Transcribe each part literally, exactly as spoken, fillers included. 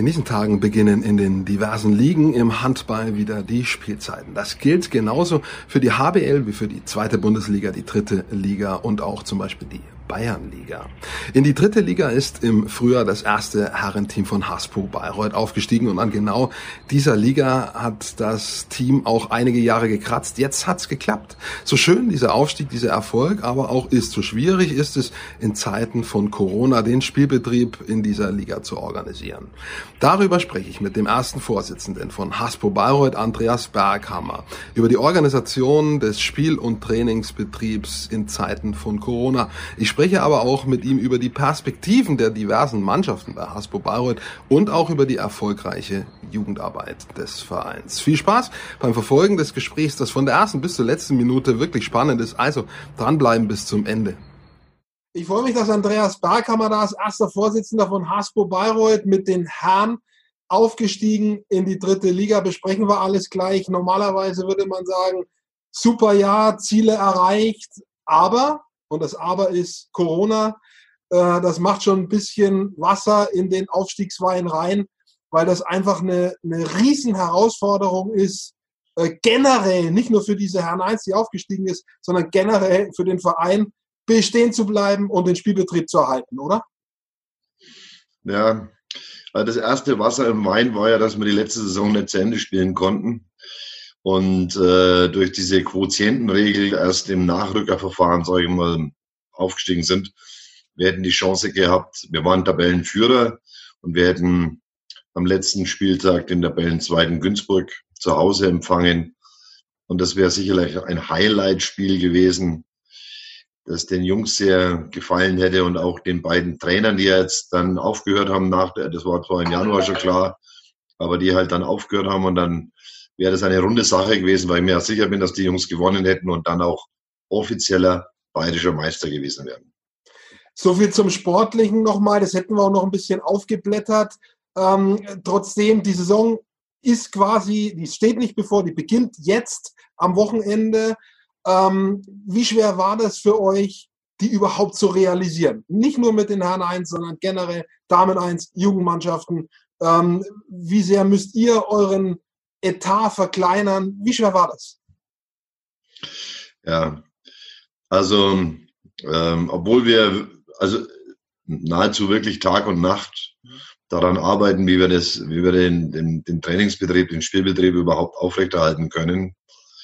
In diesen Tagen beginnen in den diversen Ligen im Handball wieder die Spielzeiten. Das gilt genauso für die H B L wie für die zweite Bundesliga, die dritte Liga und auch zum Beispiel die Bayernliga. In die dritte Liga ist im Frühjahr das erste Herrenteam von Haspo Bayreuth aufgestiegen und an genau dieser Liga hat das Team auch einige Jahre gekratzt. Jetzt hat's geklappt. So schön dieser Aufstieg, dieser Erfolg, aber auch ist so schwierig ist es in Zeiten von Corona, den Spielbetrieb in dieser Liga zu organisieren. Darüber spreche ich mit dem ersten Vorsitzenden von Haspo Bayreuth, Andreas Berghammer, über die Organisation des Spiel- und Trainingsbetriebs in Zeiten von Corona. Ich spreche aber auch mit ihm über die Perspektiven der diversen Mannschaften bei Haspo Bayreuth und auch über die erfolgreiche Jugendarbeit des Vereins. Viel Spaß beim Verfolgen des Gesprächs, das von der ersten bis zur letzten Minute wirklich spannend ist. Also dranbleiben bis zum Ende. Ich freue mich, dass Andreas Berghammer da ist, erster Vorsitzender von Haspo Bayreuth, mit den Herren aufgestiegen in die dritte Liga. Besprechen wir alles gleich. Normalerweise würde man sagen, super Jahr, Ziele erreicht, aber, und das Aber ist Corona, äh, das macht schon ein bisschen Wasser in den Aufstiegswein rein, weil das einfach eine, eine riesen Herausforderung ist, äh, generell, nicht nur für diese Herren eins, die aufgestiegen ist, sondern generell für den Verein, bestehen zu bleiben und den Spielbetrieb zu erhalten, oder? Ja, also das erste Wasser im Wein war ja, dass wir die letzte Saison nicht zu Ende spielen konnten und äh, durch diese Quotientenregel erst im Nachrückerverfahren, sage ich mal, aufgestiegen sind. Wir hätten die Chance gehabt, wir waren Tabellenführer und wir hätten am letzten Spieltag den Tabellenzweiten Günzburg zu Hause empfangen und das wäre sicherlich ein Highlight-Spiel gewesen, das den Jungs sehr gefallen hätte und auch den beiden Trainern, die jetzt dann aufgehört haben, nach der, das war zwar im Januar schon klar, aber die halt dann aufgehört haben und dann wäre das eine runde Sache gewesen, weil ich mir ja sicher bin, dass die Jungs gewonnen hätten und dann auch offizieller bayerischer Meister gewesen wären. So viel zum Sportlichen nochmal, das hätten wir auch noch ein bisschen aufgeblättert. Ähm, trotzdem, die Saison ist quasi, die steht nicht bevor, die beginnt jetzt am Wochenende. Ähm, wie schwer war das für euch, die überhaupt zu realisieren? Nicht nur mit den Herren eins, sondern generell Damen eins, Jugendmannschaften. Ähm, wie sehr müsst ihr euren Etat verkleinern? Wie schwer war das? Ja, also ähm, obwohl wir also nahezu wirklich Tag und Nacht daran arbeiten, wie wir das, wie wir den, den, den Trainingsbetrieb, den Spielbetrieb überhaupt aufrechterhalten können.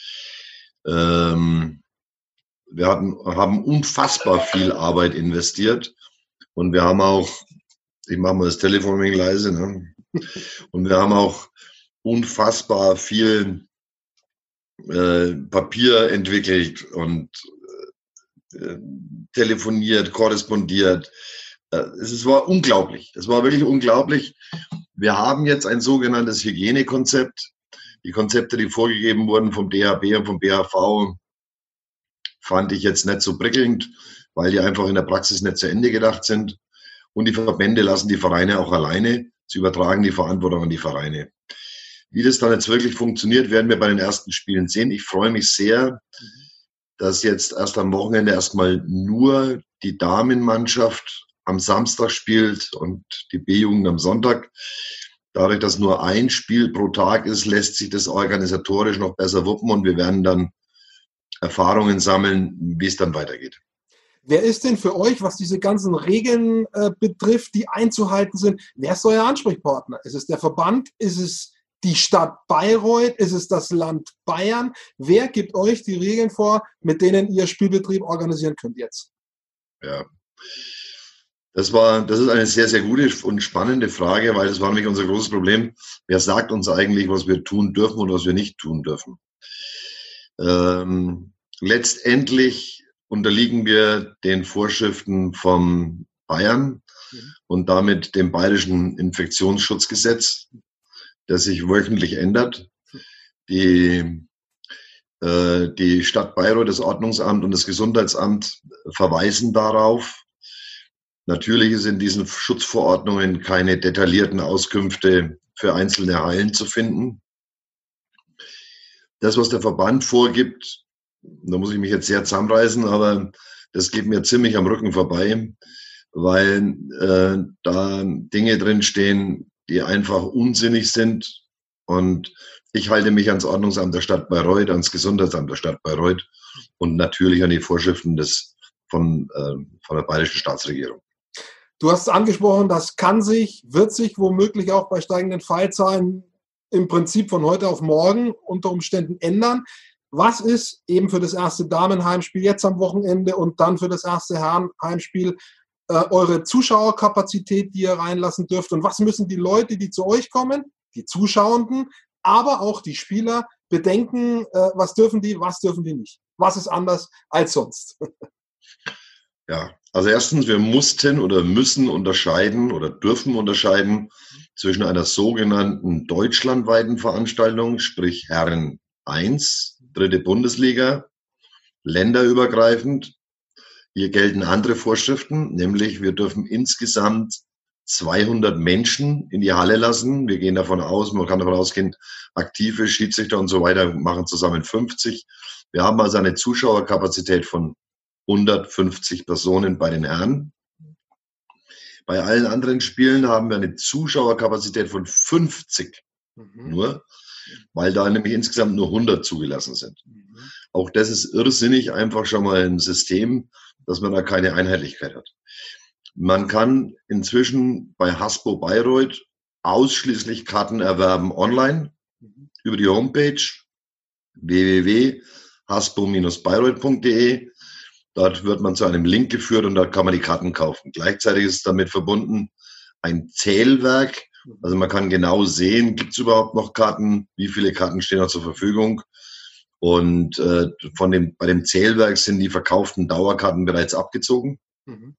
Ähm, wir hatten, haben unfassbar viel Arbeit investiert und wir haben auch, ich mache mal das Telefon ein wenig leise, ne? Und wir haben auch unfassbar viel äh, Papier entwickelt und äh, telefoniert, korrespondiert. Äh, es war unglaublich. Es war wirklich unglaublich. Wir haben jetzt ein sogenanntes Hygienekonzept. Die Konzepte, die vorgegeben wurden vom D H B und vom B H V, fand ich jetzt nicht so prickelnd, weil die einfach in der Praxis nicht zu Ende gedacht sind. Und die Verbände lassen die Vereine auch alleine. Sie übertragen die Verantwortung an die Vereine. Wie das dann jetzt wirklich funktioniert, werden wir bei den ersten Spielen sehen. Ich freue mich sehr, dass jetzt erst am Wochenende erstmal nur die Damenmannschaft am Samstag spielt und die B-Jugend am Sonntag. Dadurch, dass nur ein Spiel pro Tag ist, lässt sich das organisatorisch noch besser wuppen und wir werden dann Erfahrungen sammeln, wie es dann weitergeht. Wer ist denn für euch, was diese ganzen Regeln äh, betrifft, die einzuhalten sind, wer ist euer Ansprechpartner? Ist es der Verband? Ist es die Stadt Bayreuth? Ist es das Land Bayern? Wer gibt euch die Regeln vor, mit denen ihr Spielbetrieb organisieren könnt jetzt? Ja. Das war, das ist eine sehr, sehr gute und spannende Frage, weil das war nämlich unser großes Problem. Wer sagt uns eigentlich, was wir tun dürfen und was wir nicht tun dürfen? Ähm, letztendlich unterliegen wir den Vorschriften vom Bayern mhm. und damit dem bayerischen Infektionsschutzgesetz, das sich wöchentlich ändert. Die, äh, die Stadt Bayreuth, das Ordnungsamt und das Gesundheitsamt verweisen darauf. Natürlich ist in diesen Schutzverordnungen keine detaillierten Auskünfte für einzelne Hallen zu finden. Das, was der Verband vorgibt, da muss ich mich jetzt sehr zusammenreißen, aber das geht mir ziemlich am Rücken vorbei, weil äh, da Dinge drinstehen, die einfach unsinnig sind. Und ich halte mich ans Ordnungsamt der Stadt Bayreuth, ans Gesundheitsamt der Stadt Bayreuth und natürlich an die Vorschriften des, von, äh, von der bayerischen Staatsregierung. Du hast es angesprochen, das kann sich, wird sich womöglich auch bei steigenden Fallzahlen im Prinzip von heute auf morgen unter Umständen ändern. Was ist eben für das erste Damenheimspiel jetzt am Wochenende und dann für das erste Herrenheimspiel äh, eure Zuschauerkapazität, die ihr reinlassen dürft? Und was müssen die Leute, die zu euch kommen, die Zuschauenden, aber auch die Spieler bedenken, äh, was dürfen die, was dürfen die nicht? Was ist anders als sonst? Ja, also erstens, wir mussten oder müssen unterscheiden oder dürfen unterscheiden zwischen einer sogenannten deutschlandweiten Veranstaltung, sprich Herren eins, dritte Bundesliga, länderübergreifend. Hier gelten andere Vorschriften, nämlich wir dürfen insgesamt zweihundert Menschen in die Halle lassen. Wir gehen davon aus, man kann davon ausgehen, aktive Schiedsrichter und so weiter machen zusammen fünfzig. Wir haben also eine Zuschauerkapazität von hundertfünfzig Personen bei den Herren. Bei allen anderen Spielen haben wir eine Zuschauerkapazität von fünfzig mhm. nur, weil da nämlich insgesamt nur hundert zugelassen sind. Mhm. Auch das ist irrsinnig, einfach schon mal ein System, dass man da keine Einheitlichkeit hat. Man kann inzwischen bei Haspo Bayreuth ausschließlich Karten erwerben online mhm. über die Homepage w w w punkt haspo Bindestrich bayreuth punkt de. Dort wird man zu einem Link geführt und da kann man die Karten kaufen. Gleichzeitig ist damit verbunden ein Zählwerk. Also man kann genau sehen, gibt es überhaupt noch Karten, wie viele Karten stehen noch zur Verfügung. Und äh, von dem, bei dem Zählwerk sind die verkauften Dauerkarten bereits abgezogen, mhm.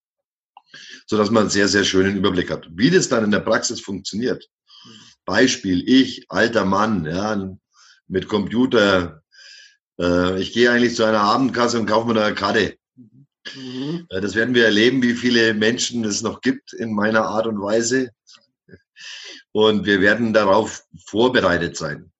sodass man einen sehr, sehr schönen Überblick hat. Wie das dann in der Praxis funktioniert. Mhm. Beispiel, ich, alter Mann, ja, mit Computer, ich gehe eigentlich zu einer Abendkasse und kaufe mir da eine Karte. Mhm. Das werden wir erleben, wie viele Menschen es noch gibt in meiner Art und Weise. Und wir werden darauf vorbereitet sein.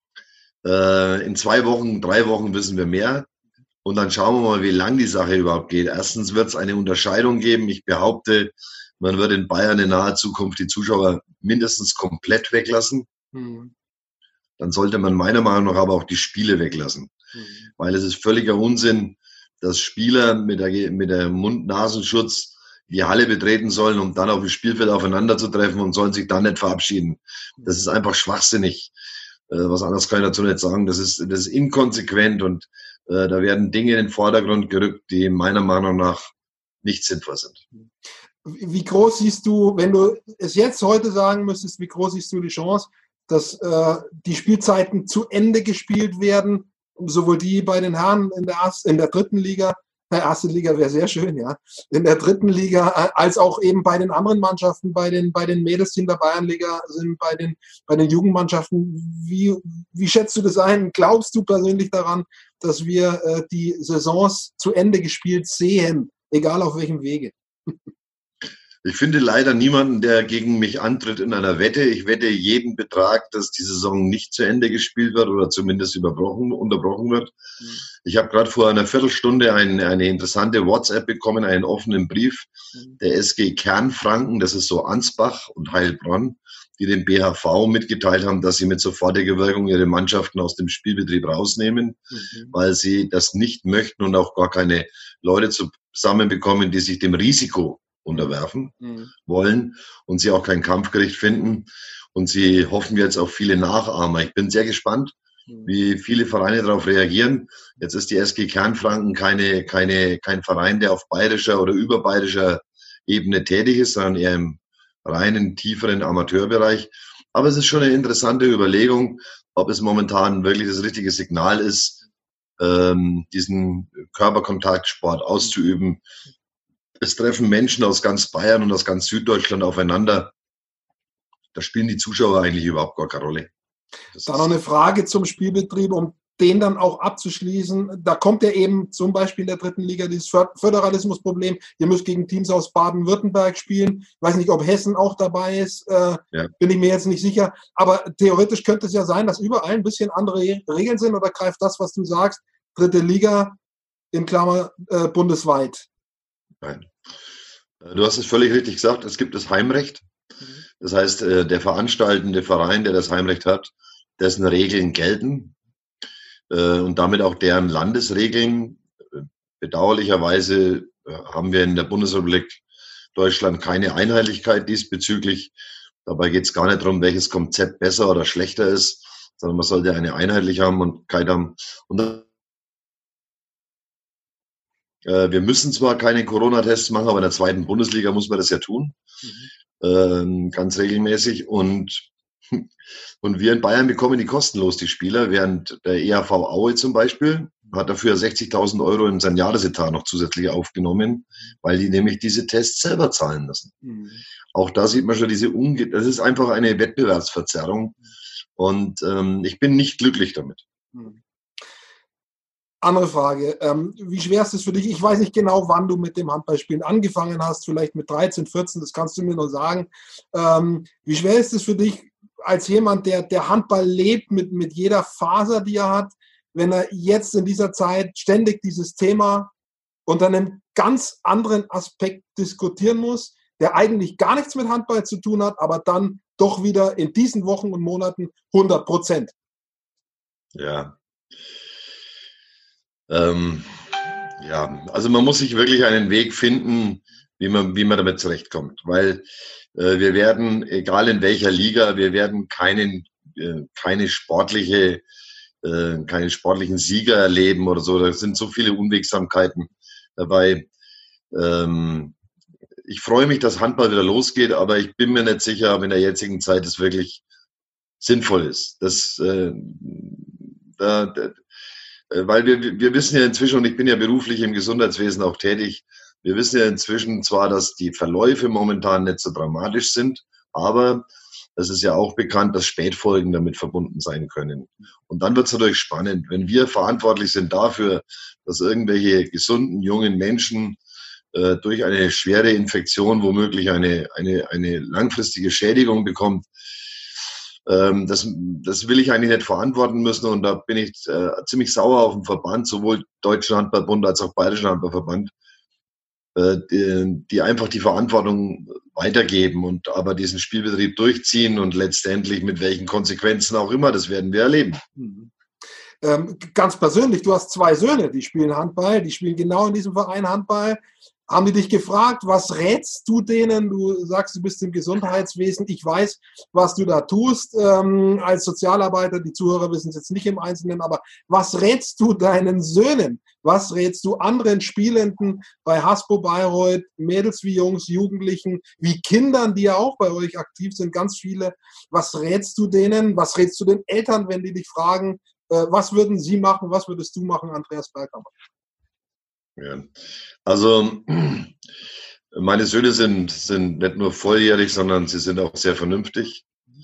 In zwei Wochen, drei Wochen wissen wir mehr. Und dann schauen wir mal, wie lang die Sache überhaupt geht. Erstens wird es eine Unterscheidung geben. Ich behaupte, man wird in Bayern in naher Zukunft die Zuschauer mindestens komplett weglassen. Mhm. Dann sollte man meiner Meinung nach aber auch die Spiele weglassen. Mhm. Weil es ist völliger Unsinn, dass Spieler mit der, mit der Mund-Nasenschutz die Halle betreten sollen, um dann auf dem Spielfeld aufeinander zu treffen und sollen sich dann nicht verabschieden. Das ist einfach schwachsinnig. Äh, was anderes kann ich dazu nicht sagen. Das ist, das ist inkonsequent und äh, da werden Dinge in den Vordergrund gerückt, die meiner Meinung nach nicht sinnvoll sind. Wie groß siehst du, wenn du es jetzt heute sagen müsstest, wie groß siehst du die Chance, dass äh, die Spielzeiten zu Ende gespielt werden, sowohl die bei den Herren in der, ersten, in der dritten Liga, der erste Liga wäre sehr schön, ja, in der dritten Liga, als auch eben bei den anderen Mannschaften, bei den, bei den Mädels, die in der Bayernliga sind, bei den, bei den Jugendmannschaften. Wie, wie schätzt du das ein? Glaubst du persönlich daran, dass wir äh, die Saisons zu Ende gespielt sehen, egal auf welchem Wege? Ich finde leider niemanden, der gegen mich antritt in einer Wette. Ich wette jeden Betrag, dass die Saison nicht zu Ende gespielt wird oder zumindest überbrochen, unterbrochen wird. Mhm. Ich habe gerade vor einer Viertelstunde ein, eine interessante WhatsApp bekommen, einen offenen Brief mhm. der S G Kernfranken, das ist so Ansbach und Heilbronn, die dem B H V mitgeteilt haben, dass sie mit sofortiger Wirkung ihre Mannschaften aus dem Spielbetrieb rausnehmen, mhm. weil sie das nicht möchten und auch gar keine Leute zusammenbekommen, die sich dem Risiko unterwerfen mhm. wollen und sie auch kein Kampfgericht finden. Und sie hoffen jetzt auf viele Nachahmer. Ich bin sehr gespannt, mhm. wie viele Vereine darauf reagieren. Jetzt ist die S G Kernfranken keine, keine, kein Verein, der auf bayerischer oder überbayerischer Ebene tätig ist, sondern eher im reinen, tieferen Amateurbereich. Aber es ist schon eine interessante Überlegung, ob es momentan wirklich das richtige Signal ist, ähm, diesen Körperkontaktsport auszuüben. Es treffen Menschen aus ganz Bayern und aus ganz Süddeutschland aufeinander. Da spielen die Zuschauer eigentlich überhaupt gar keine Rolle. Das da noch eine Frage zum Spielbetrieb, um den dann auch abzuschließen. Da kommt ja eben zum Beispiel in der dritten Liga dieses Föderalismusproblem. Ihr müsst gegen Teams aus Baden-Württemberg spielen. Ich weiß nicht, ob Hessen auch dabei ist. Äh, ja. Bin ich mir jetzt nicht sicher. Aber theoretisch könnte es ja sein, dass überall ein bisschen andere Regeln sind. Oder greift das, was du sagst, dritte Liga in Klammer äh, bundesweit? Nein. Du hast es völlig richtig gesagt, es gibt das Heimrecht. Das heißt, der veranstaltende Verein, der das Heimrecht hat, dessen Regeln gelten und damit auch deren Landesregeln. Bedauerlicherweise haben wir in der Bundesrepublik Deutschland keine Einheitlichkeit diesbezüglich. Dabei geht es gar nicht darum, welches Konzept besser oder schlechter ist, sondern man sollte eine Einheitlichkeit haben und keine haben. Und äh, wir müssen zwar keine Corona-Tests machen, aber in der zweiten Bundesliga muss man das ja tun, mhm. äh, ganz regelmäßig. Und und wir in Bayern bekommen die kostenlos, die Spieler, während der E R V Aue zum Beispiel hat dafür sechzigtausend Euro in sein Jahresetat noch zusätzlich aufgenommen, weil die nämlich diese Tests selber zahlen müssen. Mhm. Auch da sieht man schon diese Unge das ist einfach eine Wettbewerbsverzerrung und ähm, ich bin nicht glücklich damit. Mhm. Andere Frage, ähm, wie schwer ist es für dich? Ich weiß nicht genau, wann du mit dem Handballspielen angefangen hast, vielleicht mit dreizehn, vierzehn, das kannst du mir nur sagen. Ähm, wie schwer ist es für dich, als jemand, der, der Handball lebt mit, mit jeder Faser, die er hat, wenn er jetzt in dieser Zeit ständig dieses Thema unter einem ganz anderen Aspekt diskutieren muss, der eigentlich gar nichts mit Handball zu tun hat, aber dann doch wieder in diesen Wochen und Monaten hundert Prozent. Ja. Ähm, ja, also man muss sich wirklich einen Weg finden, wie man, wie man damit zurechtkommt, weil äh, wir werden, egal in welcher Liga, wir werden keinen, äh, keine sportliche, äh, keine sportlichen Sieger erleben oder so. Da sind so viele Unwegsamkeiten dabei. Ähm, ich freue mich, dass Handball wieder losgeht, aber ich bin mir nicht sicher, ob in der jetzigen Zeit es wirklich sinnvoll ist. Das, äh, da, da, weil wir, wir wissen ja inzwischen, und ich bin ja beruflich im Gesundheitswesen auch tätig, wir wissen ja inzwischen zwar, dass die Verläufe momentan nicht so dramatisch sind, aber es ist ja auch bekannt, dass Spätfolgen damit verbunden sein können. Und dann wird es natürlich spannend, wenn wir verantwortlich sind dafür, dass irgendwelche gesunden jungen Menschen äh, durch eine schwere Infektion womöglich eine, eine, eine langfristige Schädigung bekommt. Ähm, das, das will ich eigentlich nicht verantworten müssen und da bin ich äh, ziemlich sauer auf den Verband, sowohl Deutschen Handballbund als auch Bayerischen Handballverband, Die, die einfach die Verantwortung weitergeben und aber diesen Spielbetrieb durchziehen und letztendlich mit welchen Konsequenzen auch immer, das werden wir erleben. Mhm. Ähm, ganz persönlich, du hast zwei Söhne, die spielen Handball, die spielen genau in diesem Verein Handball. Haben die dich gefragt, was rätst du denen? Du sagst, du bist im Gesundheitswesen. Ich weiß, was du da tust ähm, als Sozialarbeiter. Die Zuhörer wissen es jetzt nicht im Einzelnen, aber was rätst du deinen Söhnen? Was rätst du anderen Spielenden bei Hasbro Bayreuth, Mädels wie Jungs, Jugendlichen, wie Kindern, die ja auch bei euch aktiv sind, ganz viele. Was rätst du denen? Was rätst du den Eltern, wenn die dich fragen, äh, was würden sie machen? Was würdest du machen, Andreas Berghammer? Ja, also meine Söhne sind, sind nicht nur volljährig, sondern sie sind auch sehr vernünftig.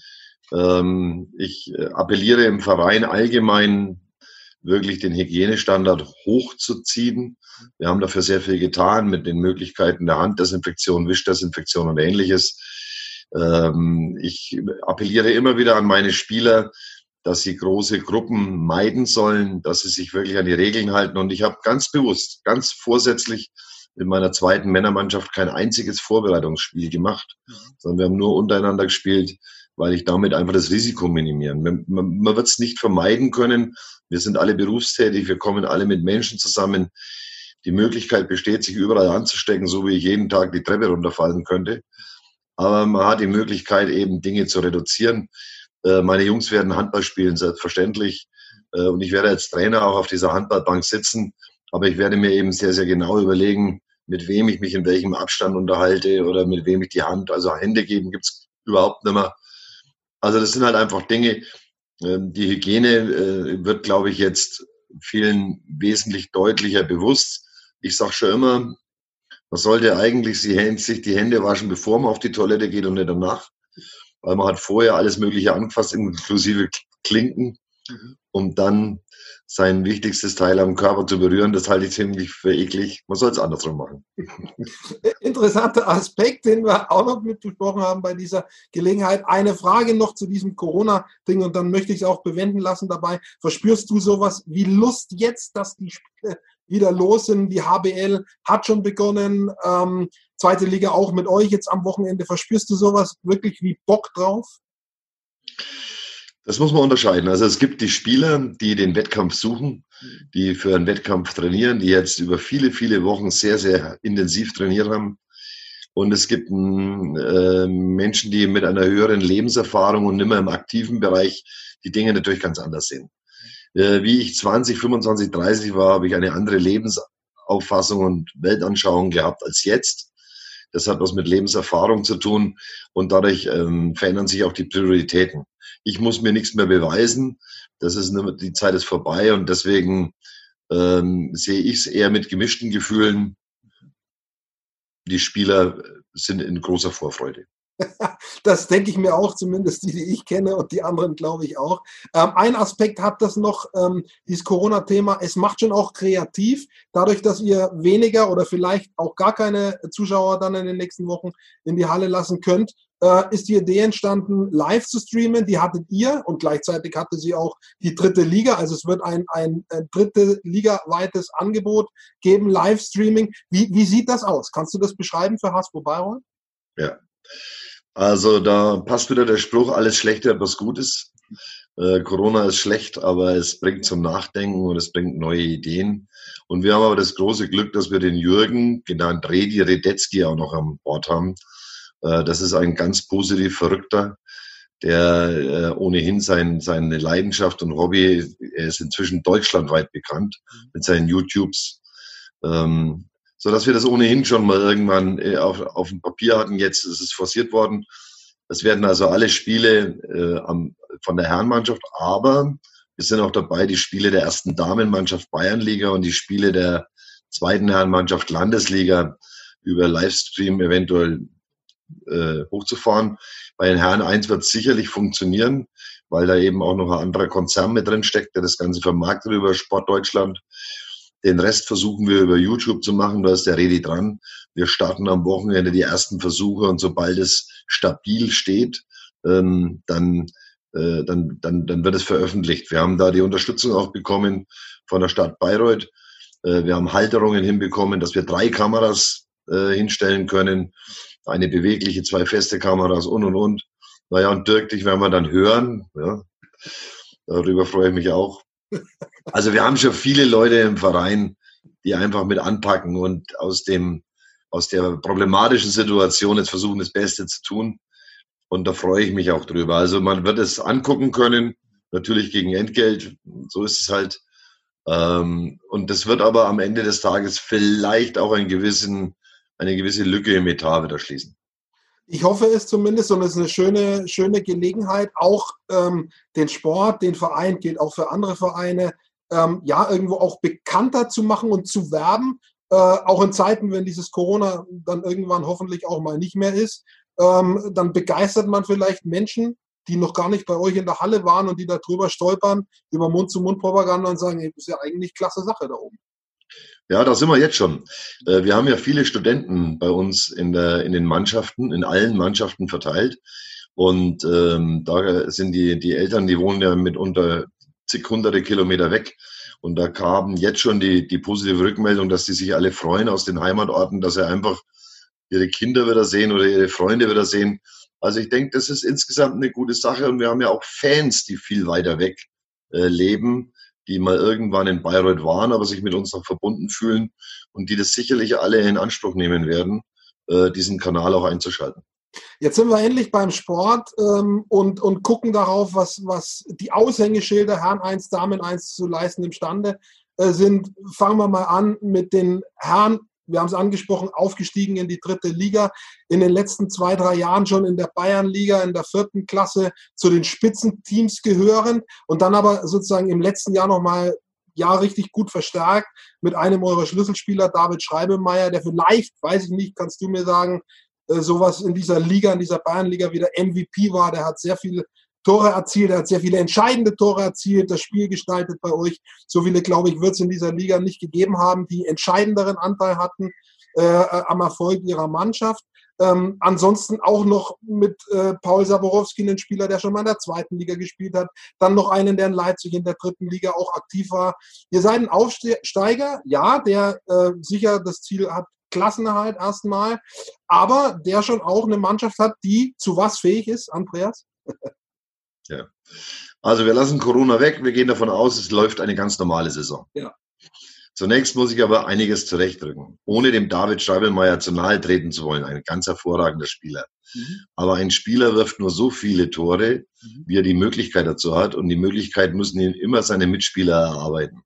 Ähm, ich appelliere im Verein allgemein wirklich den Hygienestandard hochzuziehen. Wir haben dafür sehr viel getan mit den Möglichkeiten der Handdesinfektion, Wischdesinfektion und Ähnliches. Ähm, ich appelliere immer wieder an meine Spieler, dass sie große Gruppen meiden sollen, dass sie sich wirklich an die Regeln halten. Und ich habe ganz bewusst, ganz vorsätzlich in meiner zweiten Männermannschaft kein einziges Vorbereitungsspiel gemacht, mhm. sondern wir haben nur untereinander gespielt, weil ich damit einfach das Risiko minimieren. Man, man, man wird es nicht vermeiden können. Wir sind alle berufstätig, wir kommen alle mit Menschen zusammen. Die Möglichkeit besteht, sich überall anzustecken, so wie ich jeden Tag die Treppe runterfallen könnte. Aber man hat die Möglichkeit, eben Dinge zu reduzieren. Meine Jungs werden Handball spielen, selbstverständlich. Und ich werde als Trainer auch auf dieser Handballbank sitzen. Aber ich werde mir eben sehr, sehr genau überlegen, mit wem ich mich in welchem Abstand unterhalte oder mit wem ich die Hand, also Hände geben gibt's überhaupt nicht mehr. Also das sind halt einfach Dinge. Die Hygiene wird, glaube ich, jetzt vielen wesentlich deutlicher bewusst. Ich sage schon immer, man sollte eigentlich sich die Hände waschen, bevor man auf die Toilette geht und nicht danach. Weil man hat vorher alles Mögliche angefasst, inklusive Klinken. um dann sein wichtigstes Teil am Körper zu berühren. Das halte ich ziemlich für eklig. Man soll es andersrum machen. Interessanter Aspekt, den wir auch noch mit besprochen haben bei dieser Gelegenheit. Eine Frage noch zu diesem Corona-Ding und dann möchte ich es auch bewenden lassen dabei. Verspürst du sowas wie Lust jetzt, dass die Spiele wieder los sind? Die H B L hat schon begonnen. Ähm, zweite Liga auch mit euch jetzt am Wochenende. Verspürst du sowas wirklich wie Bock drauf? Das muss man unterscheiden. Also es gibt die Spieler, die den Wettkampf suchen, die für einen Wettkampf trainieren, die jetzt über viele, viele Wochen sehr, sehr intensiv trainiert haben. Und es gibt äh, Menschen, die mit einer höheren Lebenserfahrung und nicht mehr im aktiven Bereich die Dinge natürlich ganz anders sehen. Äh, wie ich zwanzig, fünfundzwanzig, dreißig war, habe ich eine andere Lebensauffassung und Weltanschauung gehabt als jetzt. Das hat was mit Lebenserfahrung zu tun und dadurch ähm, verändern sich auch die Prioritäten. Ich muss mir nichts mehr beweisen. Das ist die Zeit ist vorbei und deswegen ähm, sehe ich es eher mit gemischten Gefühlen. Die Spieler sind in großer Vorfreude. Das denke ich mir auch, zumindest die, die ich kenne und die anderen glaube ich auch. Ähm, ein Aspekt hat das noch, ähm, dieses Corona-Thema, es macht schon auch kreativ, dadurch, dass ihr weniger oder vielleicht auch gar keine Zuschauer dann in den nächsten Wochen in die Halle lassen könnt, äh, ist die Idee entstanden, live zu streamen. Die hattet ihr und gleichzeitig hatte sie auch die dritte Liga. Also es wird ein, ein, ein dritte Liga-weites Angebot geben, Livestreaming. Wie, wie sieht das aus? Kannst du das beschreiben für Hasbro Bayreuth? Ja. Also da passt wieder der Spruch, alles Schlechte hat was Gutes. Äh, Corona ist schlecht, aber es bringt zum Nachdenken und es bringt neue Ideen. Und wir haben aber das große Glück, dass wir den Jürgen, genannt Redi Redetzky, auch noch an Bord haben. Äh, das ist ein ganz positiv Verrückter, der äh, ohnehin sein, seine Leidenschaft und Hobby, er ist inzwischen deutschlandweit bekannt mit seinen YouTubes. Ähm, so dass wir das ohnehin schon mal irgendwann auf, auf dem Papier hatten. Jetzt ist es forciert worden. Es werden also alle Spiele äh, am, von der Herrenmannschaft, aber wir sind auch dabei, die Spiele der ersten Damenmannschaft Bayernliga und die Spiele der zweiten Herrenmannschaft Landesliga über Livestream eventuell äh, hochzufahren. Bei den Herren eins wird es sicherlich funktionieren, weil da eben auch noch ein anderer Konzern mit drin steckt, der das Ganze vermarktet über Sport Deutschland. Den Rest versuchen wir über YouTube zu machen, da ist der Redi dran. Wir starten am Wochenende die ersten Versuche und sobald es stabil steht, ähm, dann, äh, dann, dann, dann wird es veröffentlicht. Wir haben da die Unterstützung auch bekommen von der Stadt Bayreuth. Äh, wir haben Halterungen hinbekommen, dass wir drei Kameras äh, hinstellen können, eine bewegliche, zwei feste Kameras und, und, und. Naja, und Dirk, dich werden wir dann hören. Ja. Darüber freue ich mich auch. Also wir haben schon viele Leute im Verein, die einfach mit anpacken und aus dem, aus der problematischen Situation jetzt versuchen, das Beste zu tun. Und da freue ich mich auch drüber. Also man wird es angucken können, natürlich gegen Entgelt. So ist es halt. Und das wird aber am Ende des Tages vielleicht auch einen gewissen, eine gewisse Lücke im Etat wieder schließen. Ich hoffe es zumindest und es ist eine schöne, schöne Gelegenheit, auch ähm, den Sport, den Verein, gilt auch für andere Vereine, ähm, ja, irgendwo auch bekannter zu machen und zu werben, äh, auch in Zeiten, wenn dieses Corona dann irgendwann hoffentlich auch mal nicht mehr ist, ähm, dann begeistert man vielleicht Menschen, die noch gar nicht bei euch in der Halle waren und die da drüber stolpern, über Mund-zu-Mund-Propaganda und sagen, hey, das ist ja eigentlich klasse Sache da oben. Ja, da sind wir jetzt schon. Wir haben ja viele Studenten bei uns in, der, in den Mannschaften, in allen Mannschaften verteilt. Und ähm, da sind die, die Eltern, die wohnen ja mitunter zig hunderte Kilometer weg. Und da kam jetzt schon die, die positive Rückmeldung, dass die sich alle freuen aus den Heimatorten, dass sie einfach ihre Kinder wieder sehen oder ihre Freunde wieder sehen. Also ich denke, das ist insgesamt eine gute Sache. Und wir haben ja auch Fans, die viel weiter weg äh, leben, die mal irgendwann in Bayreuth waren, aber sich mit uns noch verbunden fühlen und die das sicherlich alle in Anspruch nehmen werden, äh, diesen Kanal auch einzuschalten. Jetzt sind wir endlich beim Sport ähm, und, und gucken darauf, was, was die Aushängeschilder Herren eins, Damen eins zu leisten imstande äh, sind. Fangen wir mal an mit den Herren. Wir haben es angesprochen, aufgestiegen in die dritte Liga, in den letzten zwei, drei Jahren schon in der Bayernliga, in der vierten Klasse zu den Spitzenteams gehören und dann aber sozusagen im letzten Jahr nochmal ja richtig gut verstärkt mit einem eurer Schlüsselspieler, David Schreibemeyer, der vielleicht, weiß ich nicht, kannst du mir sagen, sowas in dieser Liga, in dieser Bayernliga wieder M V P war, der hat sehr viele Tore erzielt, er hat sehr viele entscheidende Tore erzielt, das Spiel gestaltet bei euch. So viele, glaube ich, wird es in dieser Liga nicht gegeben haben, die entscheidenderen Anteil hatten äh, am Erfolg ihrer Mannschaft. Ähm, ansonsten auch noch mit äh, Paul Saborowski, einen Spieler, der schon mal in der zweiten Liga gespielt hat. Dann noch einen, der in Leipzig in der dritten Liga auch aktiv war. Ihr seid ein Aufsteiger, ja, der äh, sicher das Ziel hat, Klassenerhalt erstmal, aber der schon auch eine Mannschaft hat, die zu was fähig ist, Andreas? Ja. Also wir lassen Corona weg, wir gehen davon aus, es läuft eine ganz normale Saison. Ja. Zunächst muss ich aber einiges zurechtrücken, ohne dem David Scheibelmeier zu nahe treten zu wollen. Ein ganz hervorragender Spieler. Mhm. Aber ein Spieler wirft nur so viele Tore, mhm. wie er die Möglichkeit dazu hat. Und die Möglichkeit müssen ihn immer seine Mitspieler erarbeiten.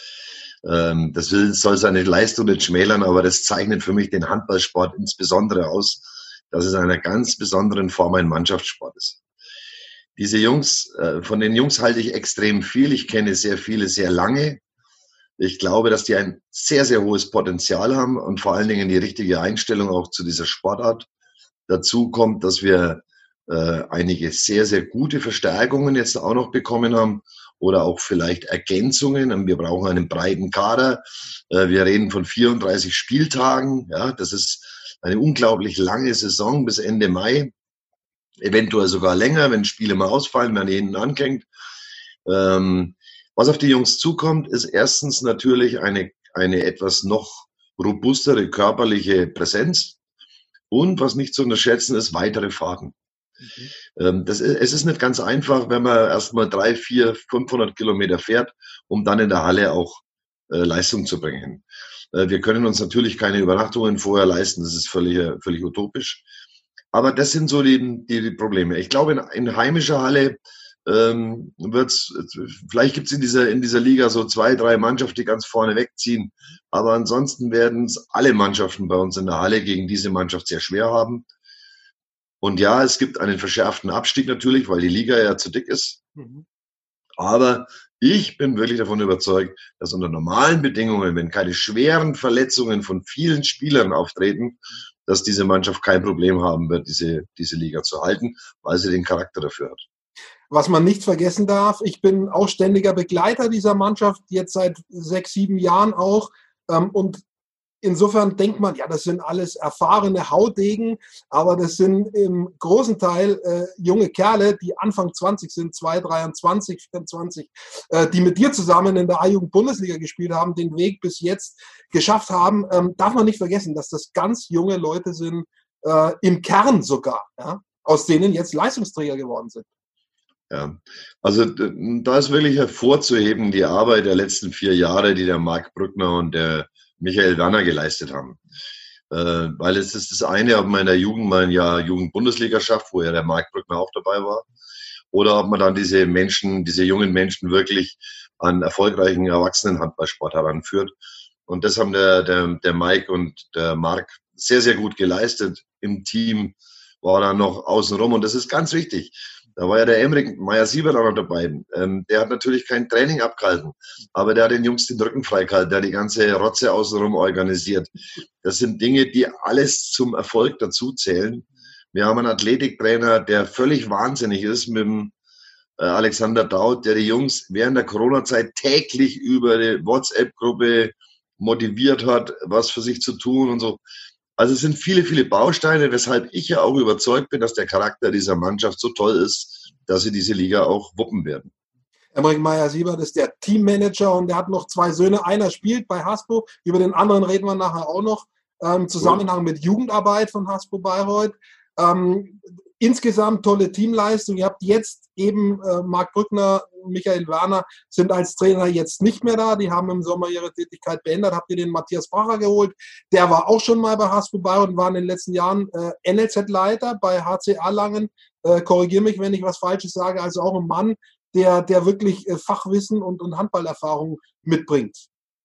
Ähm, das will, soll seine Leistung nicht schmälern, aber das zeichnet für mich den Handballsport insbesondere aus, dass es in einer ganz besonderen Form ein Mannschaftssport ist. Diese Jungs, äh, von den Jungs halte ich extrem viel. Ich kenne sehr viele, sehr lange. Ich glaube, dass die ein sehr, sehr hohes Potenzial haben und vor allen Dingen die richtige Einstellung auch zu dieser Sportart. Dazu kommt, dass wir äh, einige sehr, sehr gute Verstärkungen jetzt auch noch bekommen haben oder auch vielleicht Ergänzungen. Und wir brauchen einen breiten Kader. Äh, wir reden von vierunddreißig Spieltagen. Ja, das ist eine unglaublich lange Saison bis Ende Mai. Eventuell sogar länger, wenn Spiele mal ausfallen, wenn die hinten anhängt. Ähm, Was auf die Jungs zukommt, ist erstens natürlich eine, eine etwas noch robustere körperliche Präsenz und was nicht zu unterschätzen ist, weitere Fahrten. Mhm. Ähm, das ist, es ist nicht ganz einfach, wenn man erstmal drei, vier, fünfhundert Kilometer fährt, um dann in der Halle auch äh, Leistung zu bringen. Äh, wir können uns natürlich keine Übernachtungen vorher leisten, das ist völlig, völlig utopisch. Aber das sind so die, die, die Probleme. Ich glaube, in, in heimischer Halle ähm, wird's, vielleicht gibt's in dieser, in dieser Liga so zwei, drei Mannschaften, die ganz vorne wegziehen. Aber ansonsten werden es alle Mannschaften bei uns in der Halle gegen diese Mannschaft sehr schwer haben. Und ja, es gibt einen verschärften Abstieg natürlich, weil die Liga ja zu dick ist. Mhm. Aber ich bin wirklich davon überzeugt, dass unter normalen Bedingungen, wenn keine schweren Verletzungen von vielen Spielern auftreten, dass diese Mannschaft kein Problem haben wird, diese, diese Liga zu halten, weil sie den Charakter dafür hat. Was man nicht vergessen darf, ich bin auch ständiger Begleiter dieser Mannschaft, jetzt seit sechs, sieben Jahren auch. Und insofern denkt man, ja, das sind alles erfahrene Haudegen, aber das sind im großen Teil äh, junge Kerle, die Anfang zwanzig sind, zwei, dreiundzwanzig, vierundzwanzig, äh, die mit dir zusammen in der A-Jugend-Bundesliga gespielt haben, den Weg bis jetzt geschafft haben. Ähm, darf man nicht vergessen, dass das ganz junge Leute sind, äh, im Kern sogar, ja, aus denen jetzt Leistungsträger geworden sind. Ja, also da ist wirklich hervorzuheben die Arbeit der letzten vier Jahre, die der Marc Brückner und der Michael Werner geleistet haben. Äh, weil es ist das eine, ob man in der Jugend mal ein Jahr Jugend-Bundesliga schafft, wo ja der Marc Brückner auch dabei war, oder ob man dann diese Menschen, diese jungen Menschen wirklich an erfolgreichen Erwachsenen-Handballsport heranführt. Und das haben der, der, der Mike und der Marc sehr, sehr gut geleistet. Im Team war dann noch außenrum und das ist ganz wichtig. Da war ja der Emmerich Meyer-Siebert auch noch dabei. Ähm, der hat natürlich kein Training abgehalten, aber der hat den Jungs den Rücken freigehalten, der hat die ganze Rotze außenrum organisiert. Das sind Dinge, die alles zum Erfolg dazu zählen. Wir haben einen Athletiktrainer, der völlig wahnsinnig ist mit dem äh, Alexander Daut, der die Jungs während der Corona-Zeit täglich über die WhatsApp-Gruppe motiviert hat, was für sich zu tun und so. Also es sind viele, viele Bausteine, weshalb ich ja auch überzeugt bin, dass der Charakter dieser Mannschaft so toll ist, dass sie diese Liga auch wuppen werden. Emmerich Meyer-Siebert ist der Teammanager und der hat noch zwei Söhne. Einer spielt bei Hasbro, über den anderen reden wir nachher auch noch, im Zusammenhang mit Jugendarbeit von Hasbro Bayreuth. Ähm, insgesamt tolle Teamleistung. Ihr habt jetzt eben äh, Marc Brückner, Michael Werner sind als Trainer jetzt nicht mehr da. Die haben im Sommer ihre Tätigkeit beendet. Habt ihr den Matthias Bracher geholt? Der war auch schon mal bei Hasbro Bayreuth und war in den letzten Jahren äh, N L Z-Leiter bei H C Erlangen. Äh, Korrigiere mich, wenn ich was Falsches sage. Also auch ein Mann, der, der wirklich äh, Fachwissen und, und Handballerfahrung mitbringt.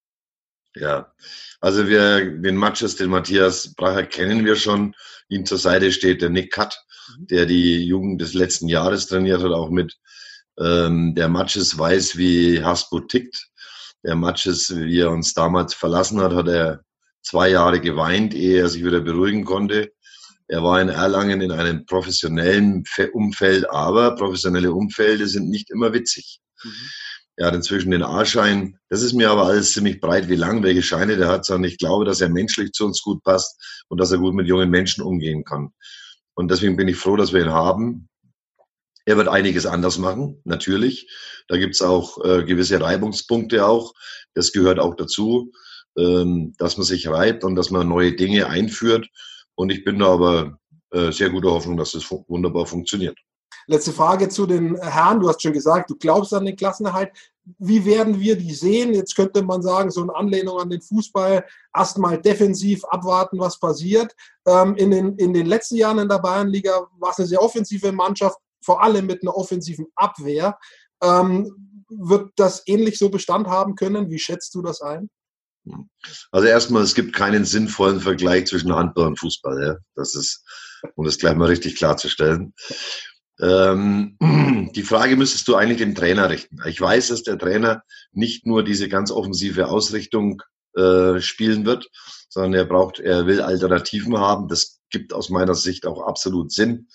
Ja, also wir, den Matches, den Matthias Bracher kennen wir schon. Ihm zur Seite steht der Nick Katt, der die Jugend des letzten Jahres trainiert hat, auch mit. Ähm, der Matches weiß, wie Hasbro tickt. Der Matches, wie er uns damals verlassen hat, hat er zwei Jahre geweint, ehe er sich wieder beruhigen konnte. Er war in Erlangen in einem professionellen Umfeld, aber professionelle Umfelder sind nicht immer witzig. Mhm. Er hat inzwischen den A-Schein. Das ist mir aber alles ziemlich breit, wie lang, welche Scheine der hat, sondern ich glaube, dass er menschlich zu uns gut passt und dass er gut mit jungen Menschen umgehen kann. Und deswegen bin ich froh, dass wir ihn haben. Er wird einiges anders machen, natürlich. Da gibt's auch äh, gewisse Reibungspunkte auch. Das gehört auch dazu, ähm, dass man sich reibt und dass man neue Dinge einführt. Und ich bin da aber äh, sehr guter Hoffnung, dass das fu- wunderbar funktioniert. Letzte Frage zu den Herren. Du hast schon gesagt, du glaubst an den Klassenerhalt. Wie werden wir die sehen? Jetzt könnte man sagen, so eine Anlehnung an den Fußball, erstmal defensiv abwarten, was passiert. Ähm, in den, in den letzten Jahren in der Bayernliga war es eine sehr offensive Mannschaft, vor allem mit einer offensiven Abwehr. Ähm, wird das ähnlich so Bestand haben können? Wie schätzt du das ein? Also erstmal, es gibt keinen sinnvollen Vergleich zwischen Handball und Fußball. Ja? Das ist, um das gleich mal richtig klarzustellen. Ähm, die Frage müsstest du eigentlich dem Trainer richten. Ich weiß, dass der Trainer nicht nur diese ganz offensive Ausrichtung äh, spielen wird, sondern er braucht, er will Alternativen haben. Das gibt aus meiner Sicht auch absolut Sinn.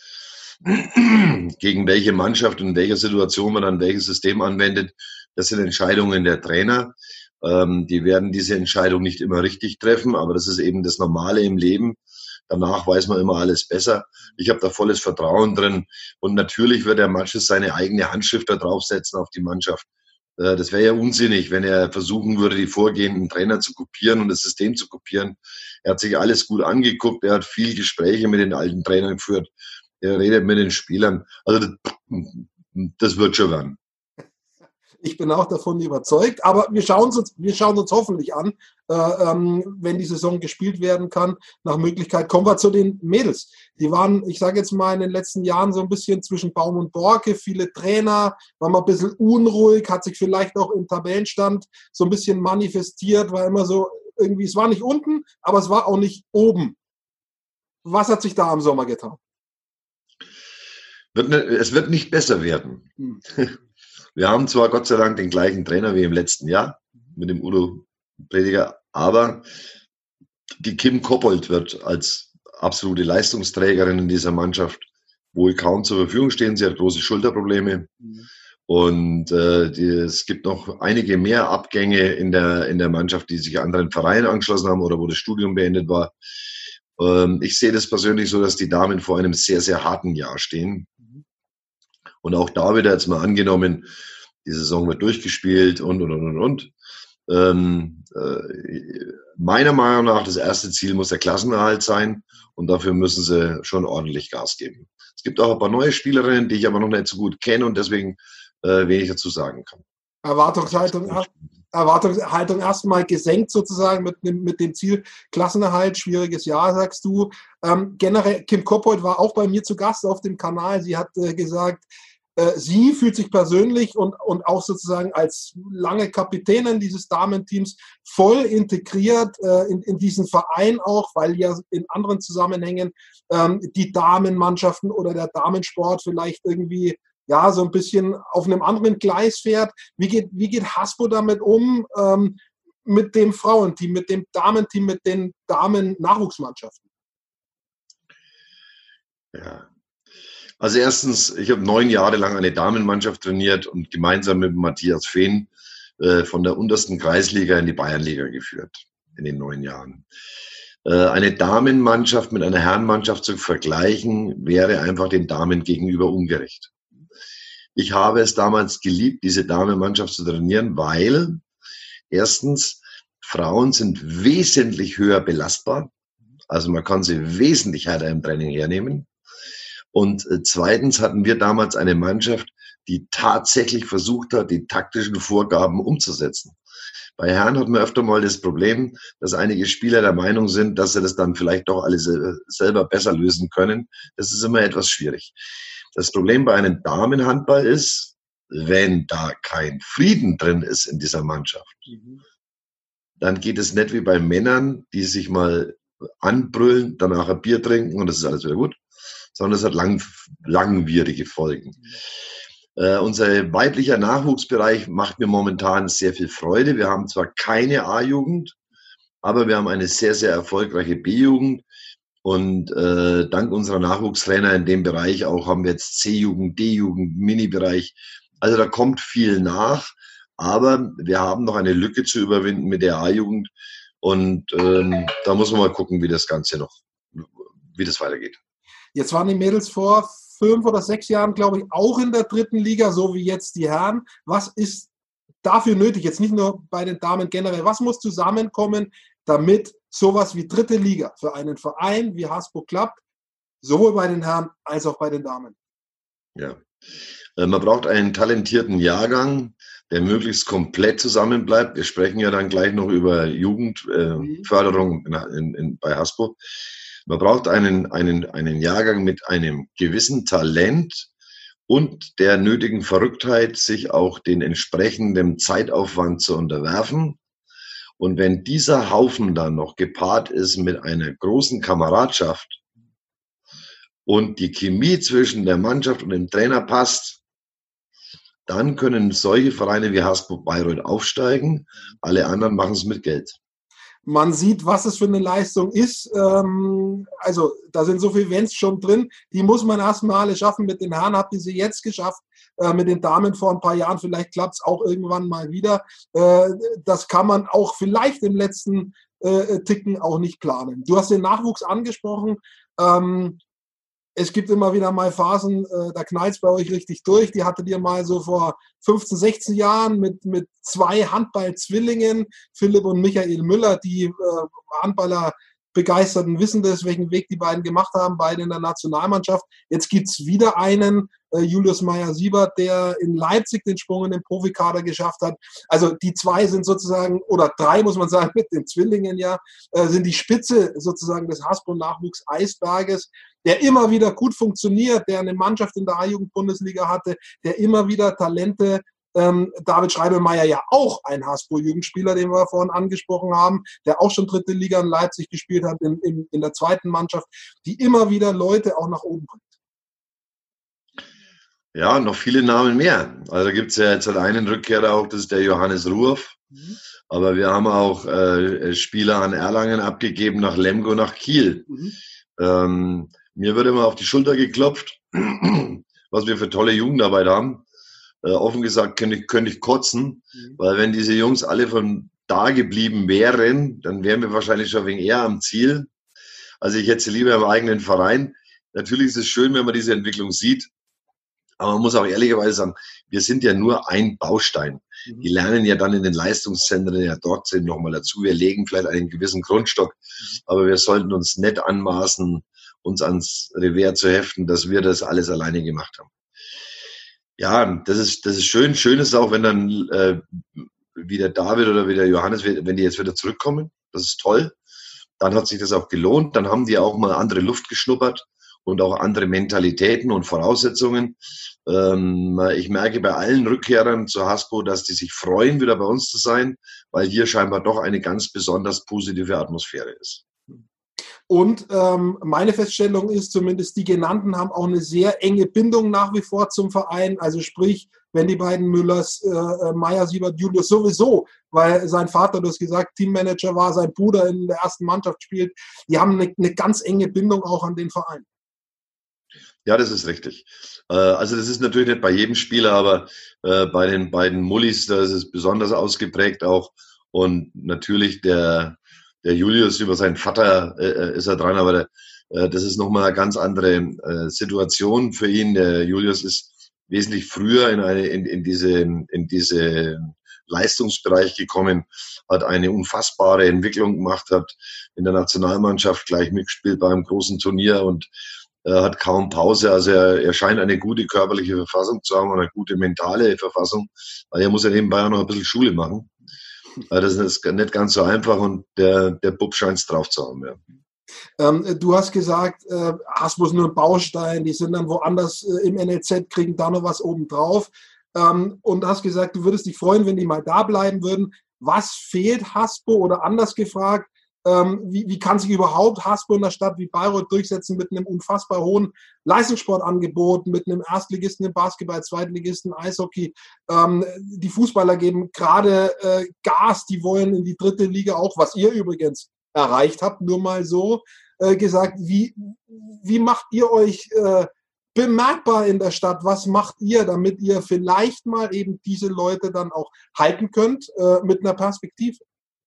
Gegen welche Mannschaft und in welcher Situation man dann welches System anwendet, das sind Entscheidungen der Trainer. Ähm, die werden diese Entscheidung nicht immer richtig treffen, aber das ist eben das Normale im Leben. Danach weiß man immer alles besser. Ich habe da volles Vertrauen drin. Und natürlich wird der Matches seine eigene Handschrift da draufsetzen auf die Mannschaft. Äh, das wäre ja unsinnig, wenn er versuchen würde, die vorgehenden Trainer zu kopieren und das System zu kopieren. Er hat sich alles gut angeguckt. Er hat viel Gespräche mit den alten Trainern geführt. Er redet mit den Spielern. Also das, das wird schon werden. Ich bin auch davon überzeugt, aber wir schauen uns, wir schauen uns hoffentlich an, äh, ähm, wenn die Saison gespielt werden kann. Nach Möglichkeit kommen wir zu den Mädels. Die waren, ich sage jetzt mal, in den letzten Jahren so ein bisschen zwischen Baum und Borke. Viele Trainer, war mal ein bisschen unruhig, hat sich vielleicht auch im Tabellenstand so ein bisschen manifestiert, war immer so irgendwie, es war nicht unten, aber es war auch nicht oben. Was hat sich da im Sommer getan? Wird ne, es wird nicht besser werden. Hm. Wir haben zwar Gott sei Dank den gleichen Trainer wie im letzten Jahr mit dem Udo Prediger, aber die Kim Koppold wird als absolute Leistungsträgerin in dieser Mannschaft wohl kaum zur Verfügung stehen. Sie hat große Schulterprobleme mhm. und äh, die, es gibt noch einige mehr Abgänge in der, in der Mannschaft, die sich anderen Vereinen angeschlossen haben oder wo das Studium beendet war. Ähm, ich sehe das persönlich so, dass die Damen vor einem sehr, sehr harten Jahr stehen. Und auch da wieder jetzt mal angenommen, die Saison wird durchgespielt und, und, und, und. Ähm, äh, meiner Meinung nach, das erste Ziel muss der Klassenerhalt sein und dafür müssen sie schon ordentlich Gas geben. Es gibt auch ein paar neue Spielerinnen, die ich aber noch nicht so gut kenne und deswegen äh, wenig dazu sagen kann. Erwartungshaltung, Erwartungshaltung erstmal gesenkt sozusagen mit, mit dem Ziel Klassenerhalt, schwieriges Jahr, sagst du. Ähm, generell, Kim Koppold war auch bei mir zu Gast auf dem Kanal. Sie hat äh, gesagt, äh, sie fühlt sich persönlich und, und auch sozusagen als lange Kapitänin dieses Damenteams voll integriert äh, in, in diesen Verein auch, weil ja in anderen Zusammenhängen ähm, die Damenmannschaften oder der Damensport vielleicht irgendwie ja, so ein bisschen auf einem anderen Gleis fährt. Wie geht, wie geht Hasbro damit um, ähm, mit dem Frauenteam, mit dem Damenteam, mit den Damen-Nachwuchsmannschaften? Ja, also erstens, ich habe neun Jahre lang eine Damenmannschaft trainiert und gemeinsam mit Matthias Fehn äh, von der untersten Kreisliga in die Bayernliga geführt, in den neun Jahren. Äh, eine Damenmannschaft mit einer Herrenmannschaft zu vergleichen, wäre einfach den Damen gegenüber ungerecht. Ich habe es damals geliebt, diese Damenmannschaft zu trainieren, weil erstens, Frauen sind wesentlich höher belastbar. Also man kann sie wesentlich härter im Training hernehmen. Und zweitens hatten wir damals eine Mannschaft, die tatsächlich versucht hat, die taktischen Vorgaben umzusetzen. Bei Herren hat man öfter mal das Problem, dass einige Spieler der Meinung sind, dass sie das dann vielleicht doch alles selber besser lösen können. Das ist immer etwas schwierig. Das Problem bei einem Damenhandball ist, wenn da kein Frieden drin ist in dieser Mannschaft, mhm. dann geht es nicht wie bei Männern, die sich mal anbrüllen, danach ein Bier trinken und das ist alles wieder gut, sondern es hat lang, langwierige Folgen. Mhm. Äh, unser weiblicher Nachwuchsbereich macht mir momentan sehr viel Freude. Wir haben zwar keine A-Jugend, aber wir haben eine sehr, sehr erfolgreiche B-Jugend. Und äh, dank unserer Nachwuchstrainer in dem Bereich auch haben wir jetzt C-Jugend, D-Jugend, Mini-Bereich. Also da kommt viel nach, aber wir haben noch eine Lücke zu überwinden mit der A-Jugend. Und ähm, da muss man mal gucken, wie das Ganze noch, wie das weitergeht. Jetzt waren die Mädels vor fünf oder sechs Jahren, glaube ich, auch in der dritten Liga, so wie jetzt die Herren. Was ist dafür nötig, jetzt nicht nur bei den Damen generell, was muss zusammenkommen, damit sowas wie dritte Liga für einen Verein wie Hasbro klappt, sowohl bei den Herren als auch bei den Damen? Ja, man braucht einen talentierten Jahrgang, der möglichst komplett zusammenbleibt. Wir sprechen ja dann gleich noch über Jugendförderung äh, in, in, bei Hasbro. Man braucht einen, einen, einen Jahrgang mit einem gewissen Talent und der nötigen Verrücktheit, sich auch den entsprechenden Zeitaufwand zu unterwerfen. Und wenn dieser Haufen dann noch gepaart ist mit einer großen Kameradschaft und die Chemie zwischen der Mannschaft und dem Trainer passt, dann können solche Vereine wie Hasbro Bayreuth aufsteigen. Alle anderen machen es mit Geld. Man sieht, was es für eine Leistung ist. Also da sind so viele Events schon drin. Die muss man erstmal alle schaffen. Mit den Herren habt ihr sie jetzt geschafft. Mit den Damen vor ein paar Jahren. Vielleicht klappt es auch irgendwann mal wieder. Das kann man auch vielleicht im letzten Ticken auch nicht planen. Du hast den Nachwuchs angesprochen. Es gibt immer wieder mal Phasen, äh, da knallt es bei euch richtig durch. Die hattet ihr mal so vor fünfzehn, sechzehn Jahren mit, mit zwei Handball-Zwillingen, Philipp und Michael Müller, die äh, Handballer Begeisterten wissen das, welchen Weg die beiden gemacht haben, beide in der Nationalmannschaft. Jetzt gibt es wieder einen, äh, Julius Meyer-Siebert, der in Leipzig den Sprung in den Profikader geschafft hat. Also die zwei sind sozusagen, oder drei muss man sagen, mit den Zwillingen ja, äh, sind die Spitze sozusagen des Hasbro-Nachwuchs-Eisberges, der immer wieder gut funktioniert, der eine Mannschaft in der A-Jugend-Bundesliga hatte, der immer wieder Talente, ähm, David Schreibemeyer ja auch ein Hasbro-Jugendspieler, den wir vorhin angesprochen haben, der auch schon dritte Liga in Leipzig gespielt hat, in, in, in der zweiten Mannschaft, die immer wieder Leute auch nach oben bringt. Ja, noch viele Namen mehr. Also gibt es ja jetzt halt einen Rückkehrer auch, das ist der Johannes Ruoff. Mhm. Aber wir haben auch äh, Spieler an Erlangen abgegeben, nach Lemgo, nach Kiel. Mhm. Ähm, Mir wird immer auf die Schulter geklopft, was wir für tolle Jugendarbeit haben. Äh, offen gesagt könnte ich, könnte ich kotzen, mhm. weil wenn diese Jungs alle von da geblieben wären, dann wären wir wahrscheinlich schon wegen eher am Ziel. Also ich hätte sie lieber im eigenen Verein. Natürlich ist es schön, wenn man diese Entwicklung sieht, aber man muss auch ehrlicherweise sagen, wir sind ja nur ein Baustein. Mhm. Die lernen ja dann in den Leistungszentren ja dort sind nochmal dazu. Wir legen vielleicht einen gewissen Grundstock, mhm. aber wir sollten uns nicht anmaßen, uns ans Revers zu heften, dass wir das alles alleine gemacht haben. Ja, das ist, das ist schön. Schön ist auch, wenn dann äh, wie der David oder wie der Johannes, wenn die jetzt wieder zurückkommen. Das ist toll. Dann hat sich das auch gelohnt. Dann haben die auch mal andere Luft geschnuppert und auch andere Mentalitäten und Voraussetzungen. Ähm, ich merke bei allen Rückkehrern zu Hasbro, dass die sich freuen, wieder bei uns zu sein, weil hier scheinbar doch eine ganz besonders positive Atmosphäre ist. Und ähm, meine Feststellung ist, zumindest die genannten haben auch eine sehr enge Bindung nach wie vor zum Verein. Also sprich, wenn die beiden Müllers, äh, Meyer, Siebert, Julius sowieso, weil sein Vater, du hast gesagt, Teammanager war, sein Bruder in der ersten Mannschaft spielt, die haben eine, eine ganz enge Bindung auch an den Verein. Ja, das ist richtig. Äh, also das ist natürlich nicht bei jedem Spieler, aber äh, bei den beiden Mullis, da ist es besonders ausgeprägt auch. Und natürlich der Der Julius, über seinen Vater äh, ist er dran, aber der, äh, das ist nochmal eine ganz andere äh, Situation für ihn. Der Julius ist wesentlich früher in eine in, in diese in diese Leistungsbereich gekommen, hat eine unfassbare Entwicklung gemacht, hat in der Nationalmannschaft gleich mitgespielt bei einem großen Turnier und äh, hat kaum Pause. Also er, er scheint eine gute körperliche Verfassung zu haben und eine gute mentale Verfassung, weil er muss ja nebenbei auch noch ein bisschen Schule machen. Das ist nicht ganz so einfach und der, der Bub scheint es drauf zu haben. Ja. Ähm, du hast gesagt, äh, Hasbro ist nur ein Baustein, die sind dann woanders äh, im N L Z, kriegen da noch was obendrauf. Ähm, und hast gesagt, du würdest dich freuen, wenn die mal da bleiben würden. Was fehlt Hasbro oder anders gefragt, ähm, wie, wie kann sich überhaupt Hasbro in einer Stadt wie Bayreuth durchsetzen mit einem unfassbar hohen Leistungssportangebot, mit einem Erstligisten im Basketball, Zweitligisten Eishockey. Ähm, die Fußballer geben gerade äh, Gas, die wollen in die dritte Liga auch, was ihr übrigens erreicht habt, nur mal so. äh, gesagt, wie, wie macht ihr euch äh, bemerkbar in der Stadt? Was macht ihr, damit ihr vielleicht mal eben diese Leute dann auch halten könnt äh, mit einer Perspektive?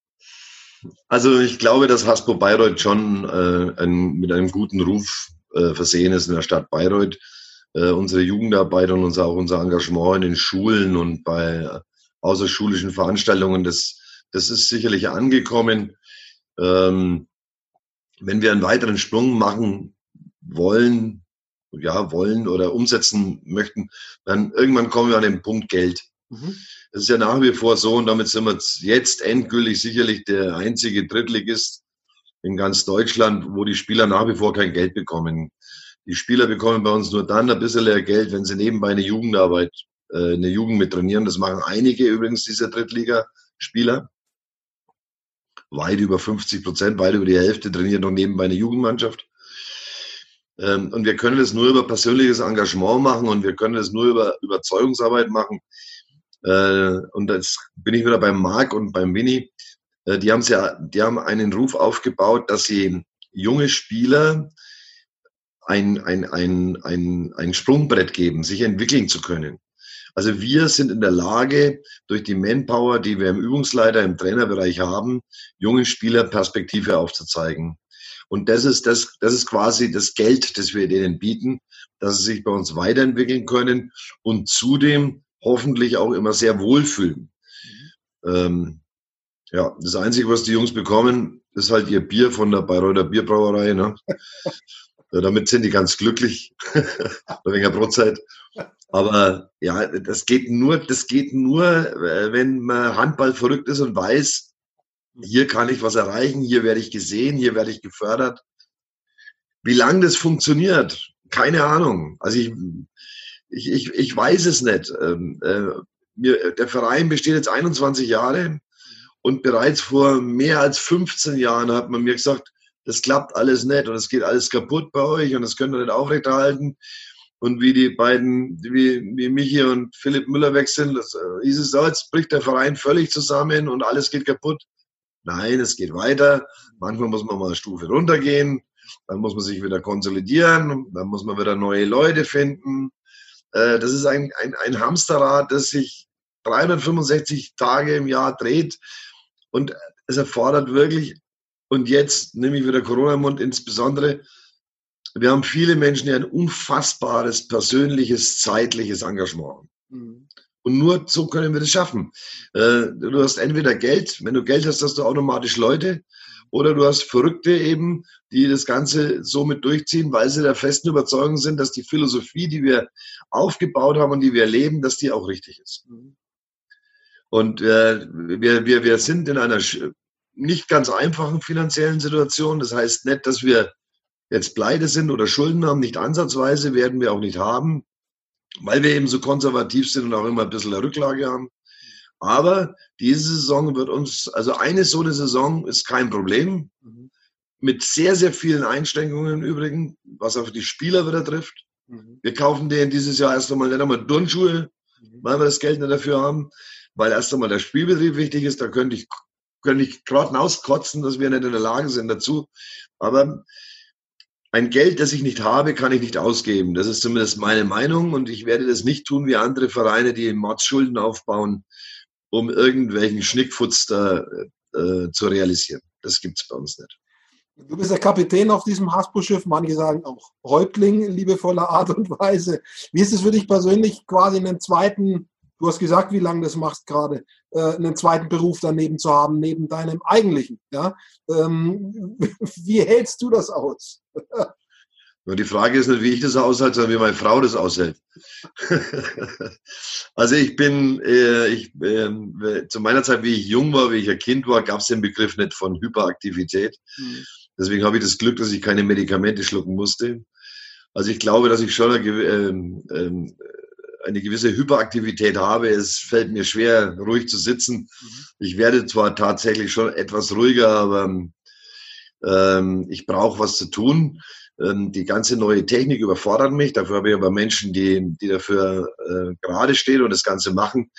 Also ich glaube, dass Hasbro Bayreuth schon äh, ein, mit einem guten Ruf äh, versehen ist in der Stadt Bayreuth. Äh, unsere Jugendarbeit und unser, auch unser Engagement in den Schulen und bei außerschulischen Veranstaltungen, das, das ist sicherlich angekommen. Ähm, wenn wir einen weiteren Sprung machen wollen, ja, wollen oder umsetzen möchten, dann irgendwann kommen wir an den Punkt Geld. Mhm. Das ist ja nach wie vor so, und damit sind wir jetzt endgültig sicherlich der einzige Drittligist in ganz Deutschland, wo die Spieler nach wie vor kein Geld bekommen. Die Spieler bekommen bei uns nur dann ein bisschen Geld, wenn sie nebenbei eine Jugendarbeit, äh, eine Jugend mit trainieren. Das machen einige übrigens dieser Drittligaspieler. Weit über fünfzig Prozent, weit über die Hälfte trainieren noch nebenbei eine Jugendmannschaft. Ähm, und wir können das nur über persönliches Engagement machen, und wir können das nur über Überzeugungsarbeit machen. Äh, und jetzt bin ich wieder beim Marc und beim Winnie. Äh, die haben ja, die haben einen Ruf aufgebaut, dass sie junge Spieler ein, ein, ein, ein, ein Sprungbrett geben, sich entwickeln zu können. Also wir sind in der Lage, durch die Manpower, die wir im Übungsleiter, im Trainerbereich haben, jungen Spieler Perspektive aufzuzeigen. Und das ist, das, das ist quasi das Geld, das wir denen bieten, dass sie sich bei uns weiterentwickeln können und zudem hoffentlich auch immer sehr wohlfühlen. Mhm. Ähm, ja, das Einzige, was die Jungs bekommen, ist halt ihr Bier von der Bayreuther Bierbrauerei. Ne? Ja, damit sind die ganz glücklich, wegen Brotzeit. Aber ja, das geht nur, das geht nur, wenn man Handball verrückt ist und weiß, hier kann ich was erreichen, hier werde ich gesehen, hier werde ich gefördert. Wie lange das funktioniert, keine Ahnung. Also ich, ich, ich, ich weiß es nicht. Ähm, äh, mir, der Verein besteht jetzt einundzwanzig Jahre, und bereits vor mehr als fünfzehn Jahren hat man mir gesagt, das klappt alles nicht und es geht alles kaputt bei euch und das könnt ihr nicht aufrechterhalten. Und wie die beiden, wie, wie Michi und Philipp Müller weg sind, das, äh, hieß es so, jetzt bricht der Verein völlig zusammen und alles geht kaputt. Nein, es geht weiter. Manchmal muss man mal eine Stufe runtergehen, dann muss man sich wieder konsolidieren, dann muss man wieder neue Leute finden. Äh, das ist ein, ein, ein Hamsterrad, das sich dreihundertfünfundsechzig Tage im Jahr dreht, und es erfordert wirklich, und jetzt nehme ich wieder Corona im Mund insbesondere, wir haben viele Menschen, die ein unfassbares persönliches, zeitliches Engagement haben. Mhm. Und nur so können wir das schaffen. Äh, du hast entweder Geld, wenn du Geld hast, hast du automatisch Leute, oder du hast Verrückte eben, die das Ganze so mit durchziehen, weil sie der festen Überzeugung sind, dass die Philosophie, die wir aufgebaut haben und die wir leben, dass die auch richtig ist. Mhm. Und äh, wir, wir, wir sind in einer nicht ganz einfachen finanziellen Situation. Das heißt nicht, dass wir jetzt pleite sind oder Schulden haben, nicht ansatzweise, werden wir auch nicht haben, weil wir eben so konservativ sind und auch immer ein bisschen eine Rücklage haben. Aber diese Saison wird uns, also eine so eine Saison ist kein Problem, mhm. mit sehr, sehr vielen Einschränkungen im Übrigen, was auf die Spieler wieder trifft. Mhm. Wir kaufen denen dieses Jahr erst einmal nicht einmal Turnschuhe, mhm. weil wir das Geld nicht dafür haben, weil erst einmal der Spielbetrieb wichtig ist. Da könnte ich, könnte ich gerade auskotzen, dass wir nicht in der Lage sind dazu. Aber ein Geld, das ich nicht habe, kann ich nicht ausgeben. Das ist zumindest meine Meinung, und ich werde das nicht tun wie andere Vereine, die Mordsschulden aufbauen, um irgendwelchen Schnickfutz da äh, zu realisieren. Das gibt es bei uns nicht. Du bist der Kapitän auf diesem Hasbro-Schiff, manche sagen auch Häuptling in liebevoller Art und Weise. Wie ist es für dich persönlich, quasi einen zweiten, du hast gesagt, wie lange das machst gerade, äh, einen zweiten Beruf daneben zu haben, neben deinem eigentlichen? Ja? Ähm, wie hältst du das aus? Die Frage ist nicht, wie ich das aushalte, sondern wie meine Frau das aushält. Also ich bin, äh, ich, äh, zu meiner Zeit, wie ich jung war, wie ich ein Kind war, gab es den Begriff nicht von Hyperaktivität. Mhm. Deswegen habe ich das Glück, dass ich keine Medikamente schlucken musste. Also ich glaube, dass ich schon eine, äh, äh, eine gewisse Hyperaktivität habe. Es fällt mir schwer, ruhig zu sitzen. Mhm. Ich werde zwar tatsächlich schon etwas ruhiger, aber ähm, ich brauche was zu tun. Die ganze neue Technik überfordert mich. Dafür habe ich aber Menschen, die, die dafür äh, gerade stehen und das Ganze machen.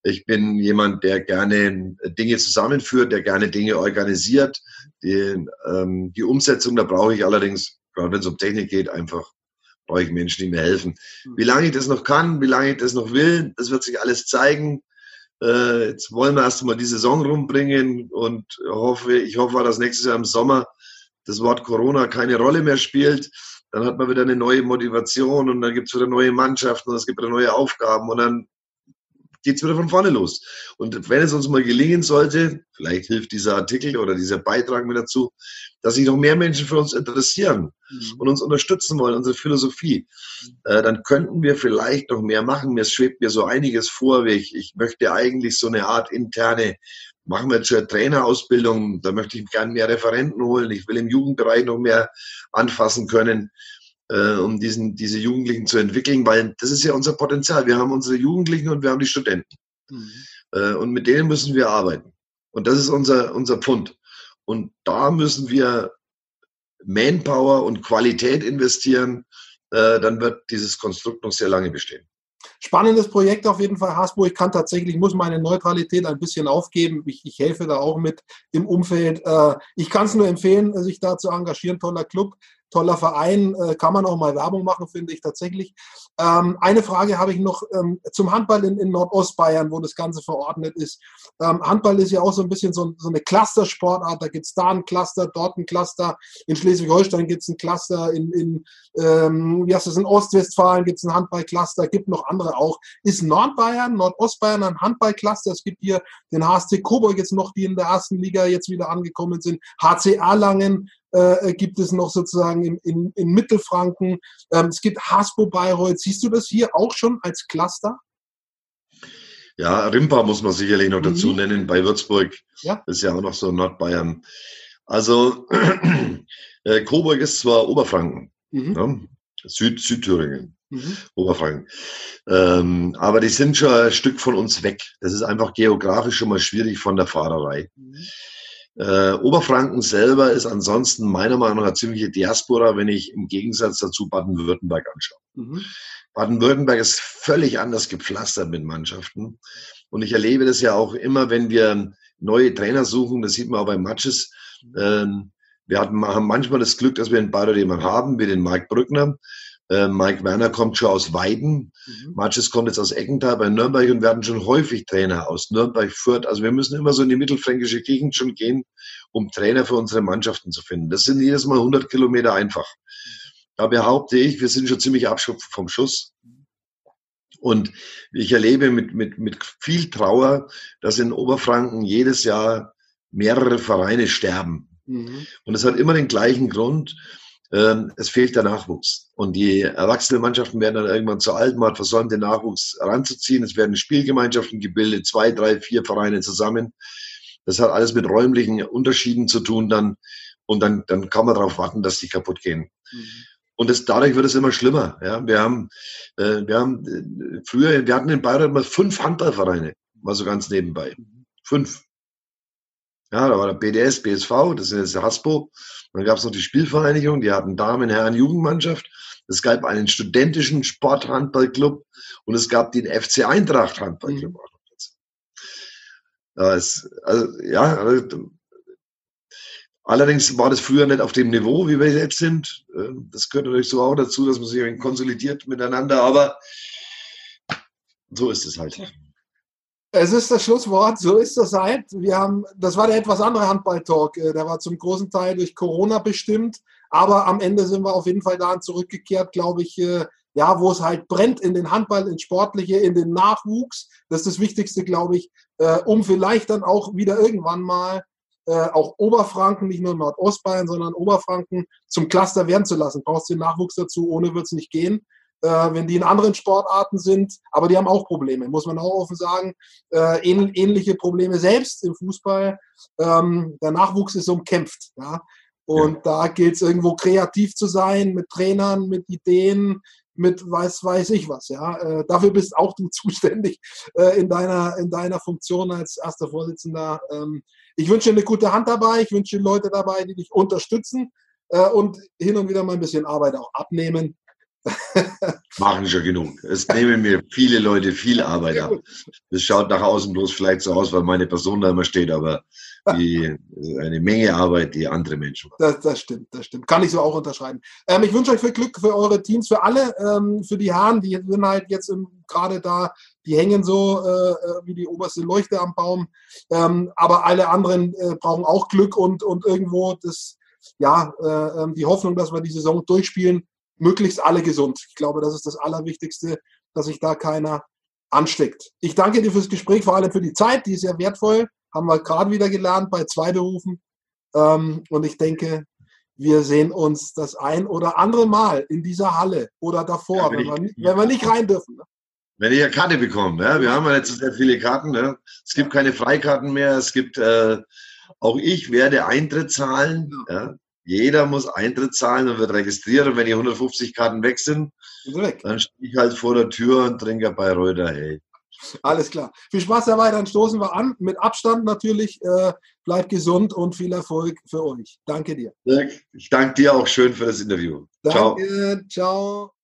Ich bin jemand, der gerne Dinge zusammenführt, der gerne Dinge organisiert. Die, ähm, die Umsetzung, da brauche ich allerdings, gerade wenn es um Technik geht, einfach brauche ich Menschen, die mir helfen. Wie lange ich das noch kann, wie lange ich das noch will, das wird sich alles zeigen. Äh, jetzt wollen wir erst mal die Saison rumbringen und hoffe, ich hoffe, dass nächstes Jahr im Sommer das Wort Corona keine Rolle mehr spielt. Dann hat man wieder eine neue Motivation und dann gibt es wieder neue Mannschaften und es gibt wieder neue Aufgaben und dann geht's wieder von vorne los. Und wenn es uns mal gelingen sollte, vielleicht hilft dieser Artikel oder dieser Beitrag mir dazu, dass sich noch mehr Menschen für uns interessieren mhm. und uns unterstützen wollen, unsere Philosophie, äh, dann könnten wir vielleicht noch mehr machen. Mir schwebt mir so einiges vor. Ich, ich möchte eigentlich so eine Art interne, machen wir zur Trainerausbildung, da möchte ich gerne mehr Referenten holen. Ich will im Jugendbereich noch mehr anfassen können, äh, um diesen, diese Jugendlichen zu entwickeln, weil das ist ja unser Potenzial. Wir haben unsere Jugendlichen und wir haben die Studenten. Mhm. Äh, und mit denen müssen wir arbeiten. Und das ist unser, unser Pfund. Und da müssen wir Manpower und Qualität investieren. Äh, dann wird dieses Konstrukt noch sehr lange bestehen. Spannendes Projekt auf jeden Fall, Hasbro. Ich kann tatsächlich, muss meine Neutralität ein bisschen aufgeben. Ich, ich helfe da auch mit im Umfeld. Äh, ich kann es nur empfehlen, sich da zu engagieren. Toller Club, toller Verein. Äh, kann man auch mal Werbung machen, finde ich tatsächlich. Ähm, eine Frage habe ich noch ähm, zum Handball in, in Nordostbayern, wo das Ganze verordnet ist. Ähm, Handball ist ja auch so ein bisschen so, so eine Clustersportart. Da gibt es da ein Cluster, dort ein Cluster. In Schleswig-Holstein gibt es ein Cluster. In, in, ähm, wie heißt das, in Ostwestfalen gibt es ein Handball-Cluster. Gibt noch andere auch. Ist Nordbayern, Nordostbayern ein Handball-Cluster? Es gibt hier den H S C Coburg jetzt noch, die in der ersten Liga jetzt wieder angekommen sind. H C Erlangen äh, gibt es noch sozusagen in, in, in Mittelfranken. Ähm, es gibt Hasbro Bayreuth. Siehst du das hier auch schon als Cluster? Ja, Rimpa muss man sicherlich noch dazu mhm. nennen, bei Würzburg. Ja. Das ist ja auch noch so Nordbayern. Also äh, Coburg ist zwar Oberfranken, mhm. ne? Süd, Südthüringen, mhm. Oberfranken. Ähm, aber die sind schon ein Stück von uns weg. Das ist einfach geografisch schon mal schwierig von der Fahrerei. Mhm. Äh, Oberfranken selber ist ansonsten meiner Meinung nach eine ziemliche Diaspora, wenn ich im Gegensatz dazu Baden-Württemberg anschaue. Mhm. Baden-Württemberg ist völlig anders gepflastert mit Mannschaften. Und ich erlebe das ja auch immer, wenn wir neue Trainer suchen, das sieht man auch bei Matches. Ähm, wir hatten, haben manchmal das Glück, dass wir in Bayreuth jemanden haben, wie den Mike Brückner. Äh, Mike Werner kommt schon aus Weiden. Mhm. Matches kommt jetzt aus Eckenthal bei Nürnberg und wir hatten schon häufig Trainer aus Nürnberg, Fürth. Also wir müssen immer so in die mittelfränkische Gegend schon gehen, um Trainer für unsere Mannschaften zu finden. Das sind jedes Mal hundert Kilometer einfach. Da behaupte ich, wir sind schon ziemlich abschöpft vom Schuss. Und ich erlebe mit, mit, mit viel Trauer, dass in Oberfranken jedes Jahr mehrere Vereine sterben. Mhm. Und es hat immer den gleichen Grund. Ähm, es fehlt der Nachwuchs. Und die Erwachsenenmannschaften werden dann irgendwann zu alt. Man hat versäumt, den Nachwuchs ranzuziehen. Es werden Spielgemeinschaften gebildet, zwei, drei, vier Vereine zusammen. Das hat alles mit räumlichen Unterschieden zu tun dann. Und dann, dann kann man darauf warten, dass die kaputt gehen. Mhm. Und das, dadurch wird es immer schlimmer. Ja, wir haben, äh, wir haben äh, früher, wir hatten in Bayreuth mal fünf Handballvereine, mal so ganz nebenbei. Fünf. Ja, da war der B D S, B S V, das ist jetzt der Hasbro. Dann gab es noch die Spielvereinigung, die hatten Damen-, Herren-, Jugendmannschaft. Es gab einen studentischen Sporthandballclub und es gab den F C Eintracht Handballclub. Mhm. Ja, es, also, ja, also, allerdings war das früher nicht auf dem Niveau, wie wir jetzt sind. Das gehört natürlich so auch dazu, dass man sich konsolidiert miteinander, aber so ist es halt. Es ist das Schlusswort, so ist das halt. Wir haben, das war der etwas andere Handball-Talk. Der war zum großen Teil durch Corona bestimmt, aber am Ende sind wir auf jeden Fall daran zurückgekehrt, glaube ich, ja, wo es halt brennt, in den Handball, ins Sportliche, in den Nachwuchs. Das ist das Wichtigste, glaube ich, um vielleicht dann auch wieder irgendwann mal Äh, auch Oberfranken, nicht nur Nordostbayern, sondern Oberfranken zum Cluster werden zu lassen. Brauchst du den Nachwuchs dazu, ohne wird es nicht gehen. Äh, wenn die in anderen Sportarten sind, aber die haben auch Probleme, muss man auch offen sagen. Äh, ähn, ähnliche Probleme selbst im Fußball. Ähm, der Nachwuchs ist umkämpft. Ja? Und ja. Da gilt es irgendwo kreativ zu sein, mit Trainern, mit Ideen, mit weiß, weiß ich was. Ja? Äh, dafür bist auch du zuständig äh, in, deiner, in deiner Funktion als erster Vorsitzender. Ähm, Ich wünsche dir eine gute Hand dabei, ich wünsche dir Leute dabei, die dich unterstützen äh, und hin und wieder mal ein bisschen Arbeit auch abnehmen. Machen schon genug. Es nehmen mir viele Leute viel Arbeit ab. Das schaut nach außen bloß vielleicht so aus, weil meine Person da immer steht, aber die, eine Menge Arbeit, die andere Menschen machen. Das, das stimmt, das stimmt. Kann ich so auch unterschreiben. Ähm, ich wünsche euch viel Glück für eure Teams, für alle, ähm, für die Herren, die sind halt jetzt gerade da, die hängen so äh, wie die oberste Leuchte am Baum. Ähm, aber alle anderen äh, brauchen auch Glück und, und irgendwo das, ja, äh, die Hoffnung, dass wir die Saison durchspielen, möglichst alle gesund. Ich glaube, das ist das Allerwichtigste, dass sich da keiner ansteckt. Ich danke dir fürs Gespräch, vor allem für die Zeit, die ist sehr wertvoll. Haben wir gerade wieder gelernt bei zwei Berufen. Ähm, und ich denke, wir sehen uns das ein oder andere Mal in dieser Halle oder davor, ja, wenn, wenn, ich, wir, nicht, wenn wir nicht rein dürfen. Ne? Wenn ich eine Karte bekomme. Ja, wir haben ja jetzt so sehr viele Karten. Ne? Es gibt ja keine Freikarten mehr. Es gibt, äh, auch ich werde Eintritt zahlen. Ja. Ja? Jeder muss Eintritt zahlen und wird registriert. Und wenn die hundertfünfzig Karten weg sind, weg. Dann stehe ich halt vor der Tür und trinke bei Reuter. Hey. Alles klar. Viel Spaß dabei, dann stoßen wir an. Mit Abstand natürlich. Äh, bleibt gesund und viel Erfolg für euch. Danke dir. Ich danke dir auch schön für das Interview. Danke. Ciao. Ciao.